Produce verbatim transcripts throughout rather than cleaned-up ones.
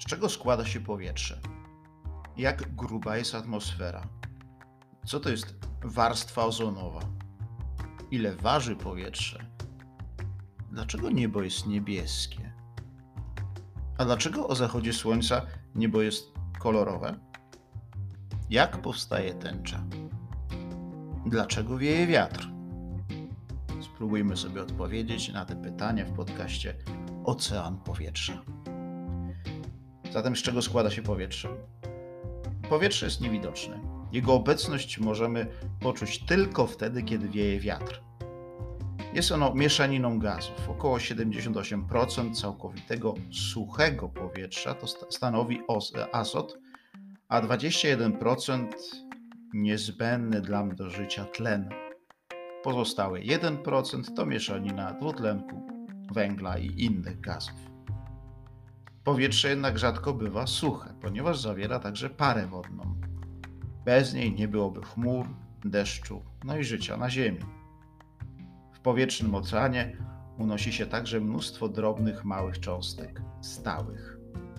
Z czego składa się powietrze? Jak gruba jest atmosfera? Co to jest warstwa ozonowa? Ile waży powietrze? Dlaczego niebo jest niebieskie? A dlaczego o zachodzie słońca niebo jest kolorowe? Jak powstaje tęcza? Dlaczego wieje wiatr? Spróbujmy sobie odpowiedzieć na te pytania w podcaście Ocean Powietrza. Zatem z czego składa się powietrze? Powietrze jest niewidoczne. Jego obecność możemy poczuć tylko wtedy, kiedy wieje wiatr. Jest ono mieszaniną gazów. Około siedemdziesiąt osiem procent całkowitego suchego powietrza to stanowi azot, a dwadzieścia jeden procent niezbędny dla mnie do życia tlen. Pozostałe jeden procent to mieszanina dwutlenku węgla i innych gazów. Powietrze jednak rzadko bywa suche, ponieważ zawiera także parę wodną. Bez niej nie byłoby chmur, deszczu, no i życia na Ziemi. W powietrznym oceanie unosi się także mnóstwo drobnych, małych cząstek, stałych.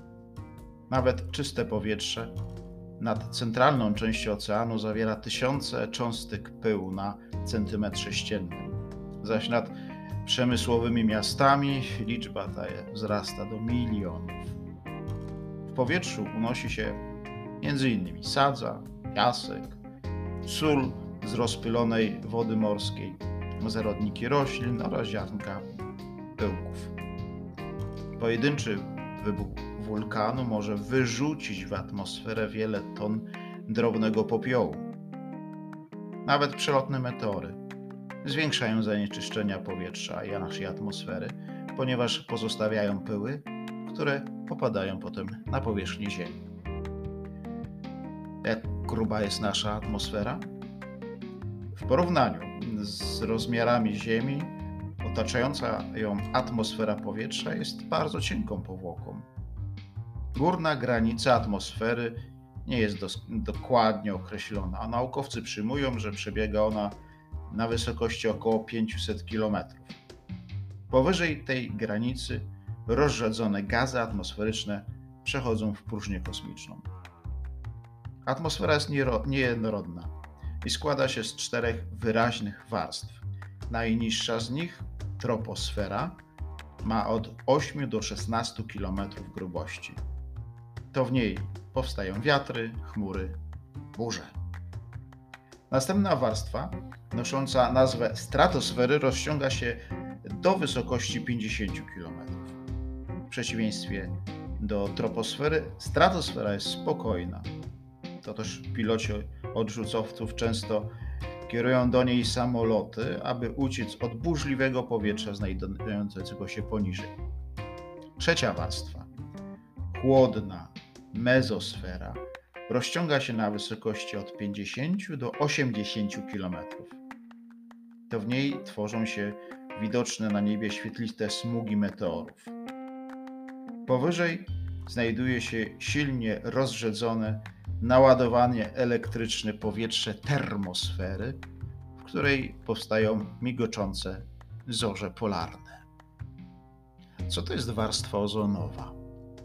Nawet czyste powietrze nad centralną częścią oceanu zawiera tysiące cząstek pyłu na centymetr sześcienny, zaś nad przemysłowymi miastami liczba ta wzrasta do milionów. W powietrzu unosi się między innymi sadza, piasek, sól z rozpylonej wody morskiej, zarodniki roślin oraz ziarnka pyłków. Pojedynczy wybuch wulkanu może wyrzucić w atmosferę wiele ton drobnego popiołu. Nawet przelotne meteory zwiększają zanieczyszczenia powietrza i naszej atmosfery, ponieważ pozostawiają pyły, które popadają potem na powierzchnię Ziemi. Jak gruba jest nasza atmosfera? W porównaniu z rozmiarami Ziemi, otaczająca ją atmosfera powietrza jest bardzo cienką powłoką. Górna granica atmosfery nie jest dos- dokładnie określona, a naukowcy przyjmują, że przebiega ona na wysokości około pięćset kilometrów. Powyżej tej granicy rozrzedzone gazy atmosferyczne przechodzą w próżnię kosmiczną. Atmosfera jest niejednorodna i składa się z czterech wyraźnych warstw. Najniższa z nich, troposfera, ma od ośmiu do szesnastu kilometrów grubości. To w niej powstają wiatry, chmury, burze. Następna warstwa, nosząca nazwę stratosfery, rozciąga się do wysokości pięćdziesięciu kilometrów. W przeciwieństwie do troposfery, stratosfera jest spokojna. To też piloci odrzutowców często kierują do niej samoloty, aby uciec od burzliwego powietrza znajdującego się poniżej. Trzecia warstwa, chłodna mezosfera, rozciąga się na wysokości od pięćdziesięciu do osiemdziesięciu kilometrów. To w niej tworzą się widoczne na niebie świetliste smugi meteorów. Powyżej znajduje się silnie rozrzedzone, naładowanie elektryczne powietrze termosfery, w której powstają migoczące zorze polarne. Co to jest warstwa ozonowa?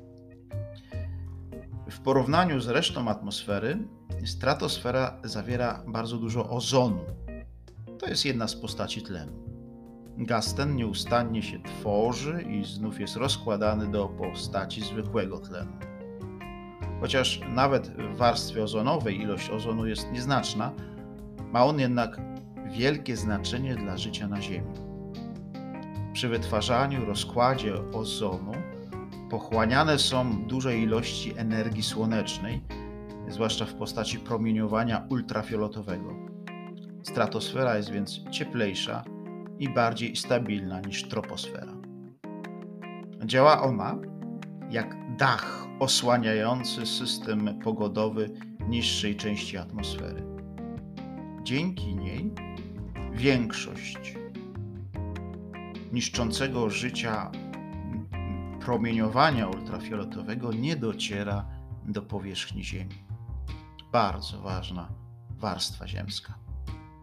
W porównaniu z resztą atmosfery, stratosfera zawiera bardzo dużo ozonu. To jest jedna z postaci tlenu. Gaz ten nieustannie się tworzy i znów jest rozkładany do postaci zwykłego tlenu. Chociaż nawet w warstwie ozonowej ilość ozonu jest nieznaczna, ma on jednak wielkie znaczenie dla życia na Ziemi. Przy wytwarzaniu, rozkładzie ozonu pochłaniane są duże ilości energii słonecznej, zwłaszcza w postaci promieniowania ultrafioletowego. Stratosfera jest więc cieplejsza i bardziej stabilna niż troposfera. Działa ona jak dach osłaniający system pogodowy niższej części atmosfery. Dzięki niej większość niszczącego życia promieniowania ultrafioletowego nie dociera do powierzchni Ziemi. Bardzo ważna warstwa ziemska.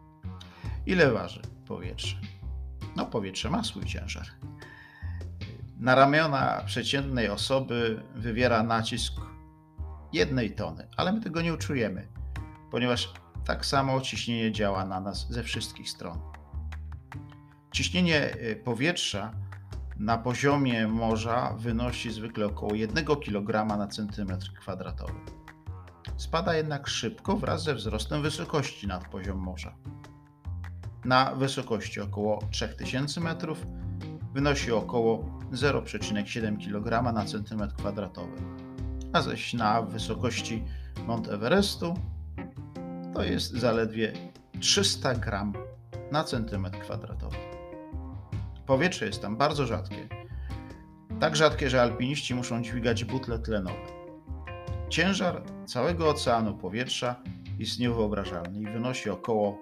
Ile waży powietrze? No, powietrze ma swój ciężar. na ramiona przeciętnej osoby wywiera nacisk jednej tony, ale my tego nie uczujemy, ponieważ tak samo ciśnienie działa na nas ze wszystkich stron. Ciśnienie powietrza na poziomie morza wynosi zwykle około jednego kilograma na centymetr kwadratowy. Spada jednak szybko wraz ze wzrostem wysokości nad poziom morza. Na wysokości około trzy tysiące metrów wynosi około zero przecinek siedem kilograma na centymetr kwadratowy, a zaś na wysokości Mount Everestu to jest zaledwie trzysta gram na centymetr kwadratowy. Powietrze jest tam bardzo rzadkie. Tak rzadkie, że alpiniści muszą dźwigać butle tlenowe. Ciężar całego oceanu powietrza jest niewyobrażalny i wynosi około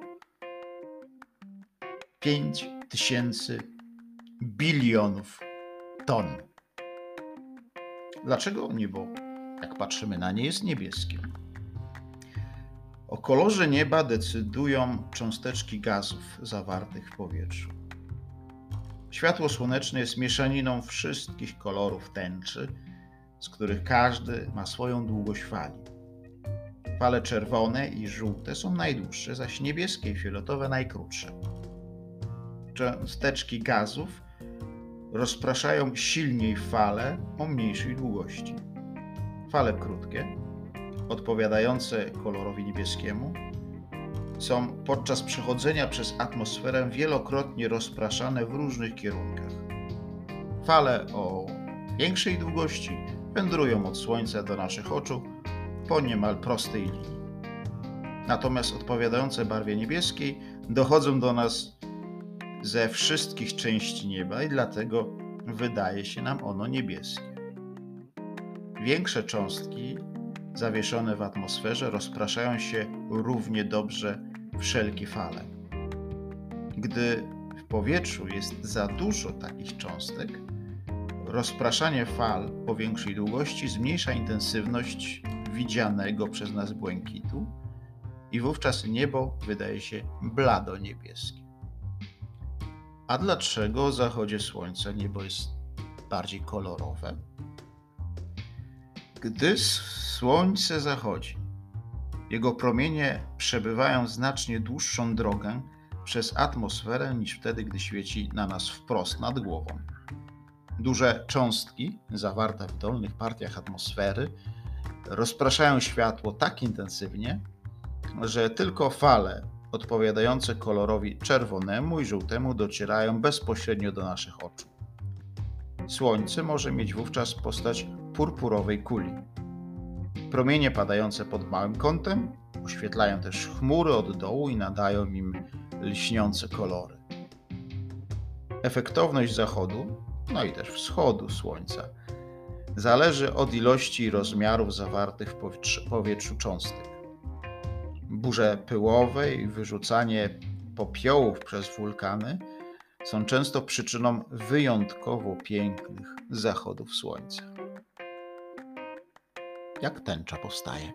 pięć tysięcy bilionów ton. Dlaczego niebo, jak patrzymy na nie, jest niebieskie? O kolorze nieba decydują cząsteczki gazów zawartych w powietrzu. Światło słoneczne jest mieszaniną wszystkich kolorów tęczy, z których każdy ma swoją długość fali. Fale czerwone i żółte są najdłuższe, zaś niebieskie i fioletowe najkrótsze. Cząsteczki gazów rozpraszają silniej fale o mniejszej długości. Fale krótkie, odpowiadające kolorowi niebieskiemu, są podczas przechodzenia przez atmosferę wielokrotnie rozpraszane w różnych kierunkach. Fale o większej długości wędrują od Słońca do naszych oczu po niemal prostej linii. Natomiast odpowiadające barwie niebieskiej dochodzą do nas ze wszystkich części nieba i dlatego wydaje się nam ono niebieskie. Większe cząstki zawieszone w atmosferze rozpraszają się równie dobrze wszelkie fale. Gdy w powietrzu jest za dużo takich cząstek, rozpraszanie fal o większej długości zmniejsza intensywność widzianego przez nas błękitu i wówczas niebo wydaje się blado niebieskie. A dlaczego o zachodzie słońca niebo jest bardziej kolorowe? Gdy słońce zachodzi, jego promienie przebywają znacznie dłuższą drogę przez atmosferę niż wtedy, gdy świeci na nas wprost nad głową. Duże cząstki zawarte w dolnych partiach atmosfery rozpraszają światło tak intensywnie, że tylko fale odpowiadające kolorowi czerwonemu i żółtemu docierają bezpośrednio do naszych oczu. Słońce może mieć wówczas postać purpurowej kuli. Promienie padające pod małym kątem oświetlają też chmury od dołu i nadają im lśniące kolory. Efektowność zachodu, no i też wschodu słońca zależy od ilości i rozmiarów zawartych w powietrzu, powietrzu cząstek. Burze pyłowe i wyrzucanie popiołów przez wulkany są często przyczyną wyjątkowo pięknych zachodów słońca. Jak tęcza powstaje?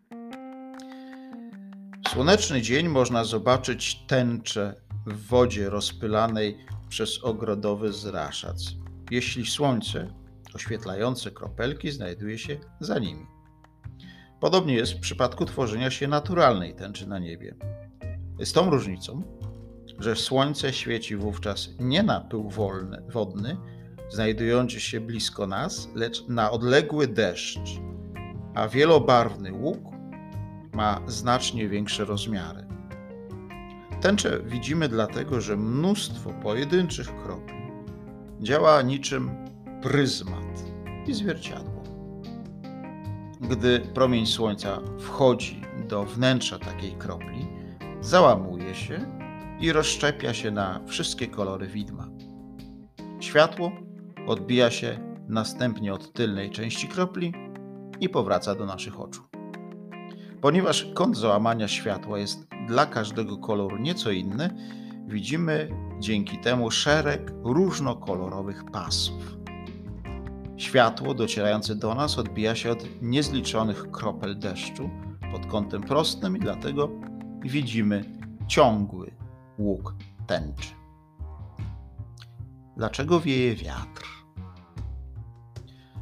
W słoneczny dzień można zobaczyć tęczę w wodzie rozpylanej przez ogrodowy zraszac, jeśli słońce oświetlające kropelki znajduje się za nimi. Podobnie jest w przypadku tworzenia się naturalnej tęczy na niebie. Z tą różnicą, że słońce świeci wówczas nie na pył wolny, wodny, znajdujący się blisko nas, lecz na odległy deszcz, a wielobarwny łuk ma znacznie większe rozmiary. Tęczę widzimy dlatego, że mnóstwo pojedynczych kropli działa niczym pryzmat i zwierciadło. Gdy promień słońca wchodzi do wnętrza takiej kropli, załamuje się i rozszczepia się na wszystkie kolory widma. Światło odbija się następnie od tylnej części kropli i powraca do naszych oczu. Ponieważ kąt załamania światła jest dla każdego koloru nieco inny, widzimy dzięki temu szereg różnokolorowych pasów. Światło docierające do nas odbija się od niezliczonych kropel deszczu pod kątem prostym i dlatego widzimy ciągły łuk tęczy. Dlaczego wieje wiatr?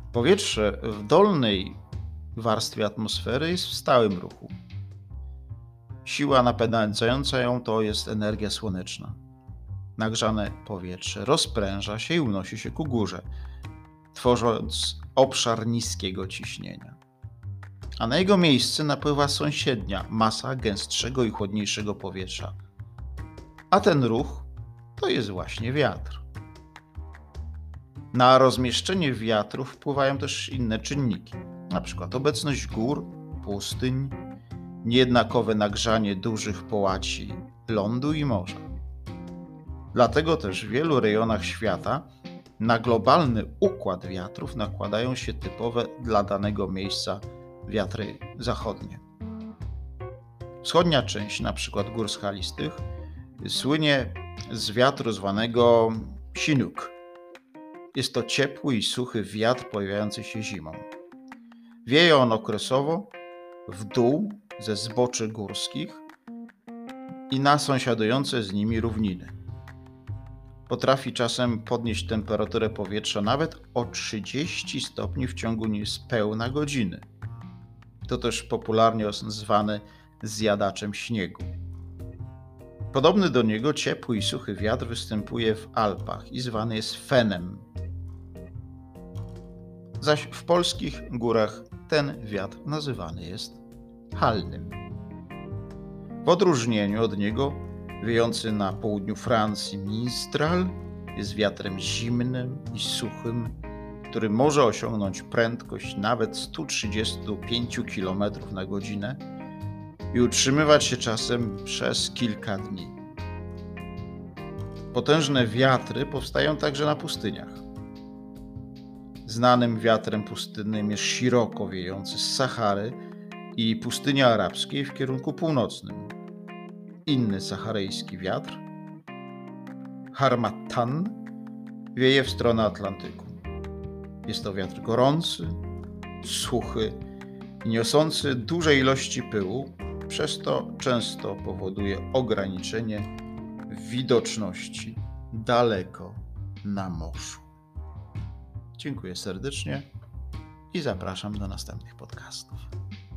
Powietrze w dolnej warstwie atmosfery jest w stałym ruchu. Siła napędzająca ją to jest energia słoneczna. Nagrzane powietrze rozpręża się i unosi się ku górze, tworząc obszar niskiego ciśnienia. A na jego miejsce napływa sąsiednia masa gęstszego i chłodniejszego powietrza. A ten ruch to jest właśnie wiatr. Na rozmieszczenie wiatru wpływają też inne czynniki, np. obecność gór, pustyń, niejednakowe nagrzanie dużych połaci lądu i morza. Dlatego też w wielu rejonach świata na globalny układ wiatrów nakładają się typowe dla danego miejsca wiatry zachodnie. Wschodnia część, np. gór skalistych, słynie z wiatru zwanego Chinook. Jest to ciepły i suchy wiatr pojawiający się zimą. Wieje on okresowo w dół ze zboczy górskich i na sąsiadujące z nimi równiny. Potrafi czasem podnieść temperaturę powietrza nawet o trzydzieści stopni w ciągu niespełna godziny. To też popularnie zwane zjadaczem śniegu. Podobny do niego ciepły i suchy wiatr występuje w Alpach i zwany jest fenem. Zaś w polskich górach ten wiatr nazywany jest halnym. W odróżnieniu od niego wiejący na południu Francji Mistral jest wiatrem zimnym i suchym, który może osiągnąć prędkość nawet sto trzydzieści pięć kilometrów na godzinę i utrzymywać się czasem przez kilka dni. Potężne wiatry powstają także na pustyniach. Znanym wiatrem pustynnym jest siroko wiejący z Sahary i pustyni arabskiej w kierunku północnym. Inny saharyjski wiatr, Harmattan, wieje w stronę Atlantyku. Jest to wiatr gorący, suchy i niosący duże ilości pyłu, przez to często powoduje ograniczenie widoczności daleko na morzu. Dziękuję serdecznie i zapraszam do następnych podcastów.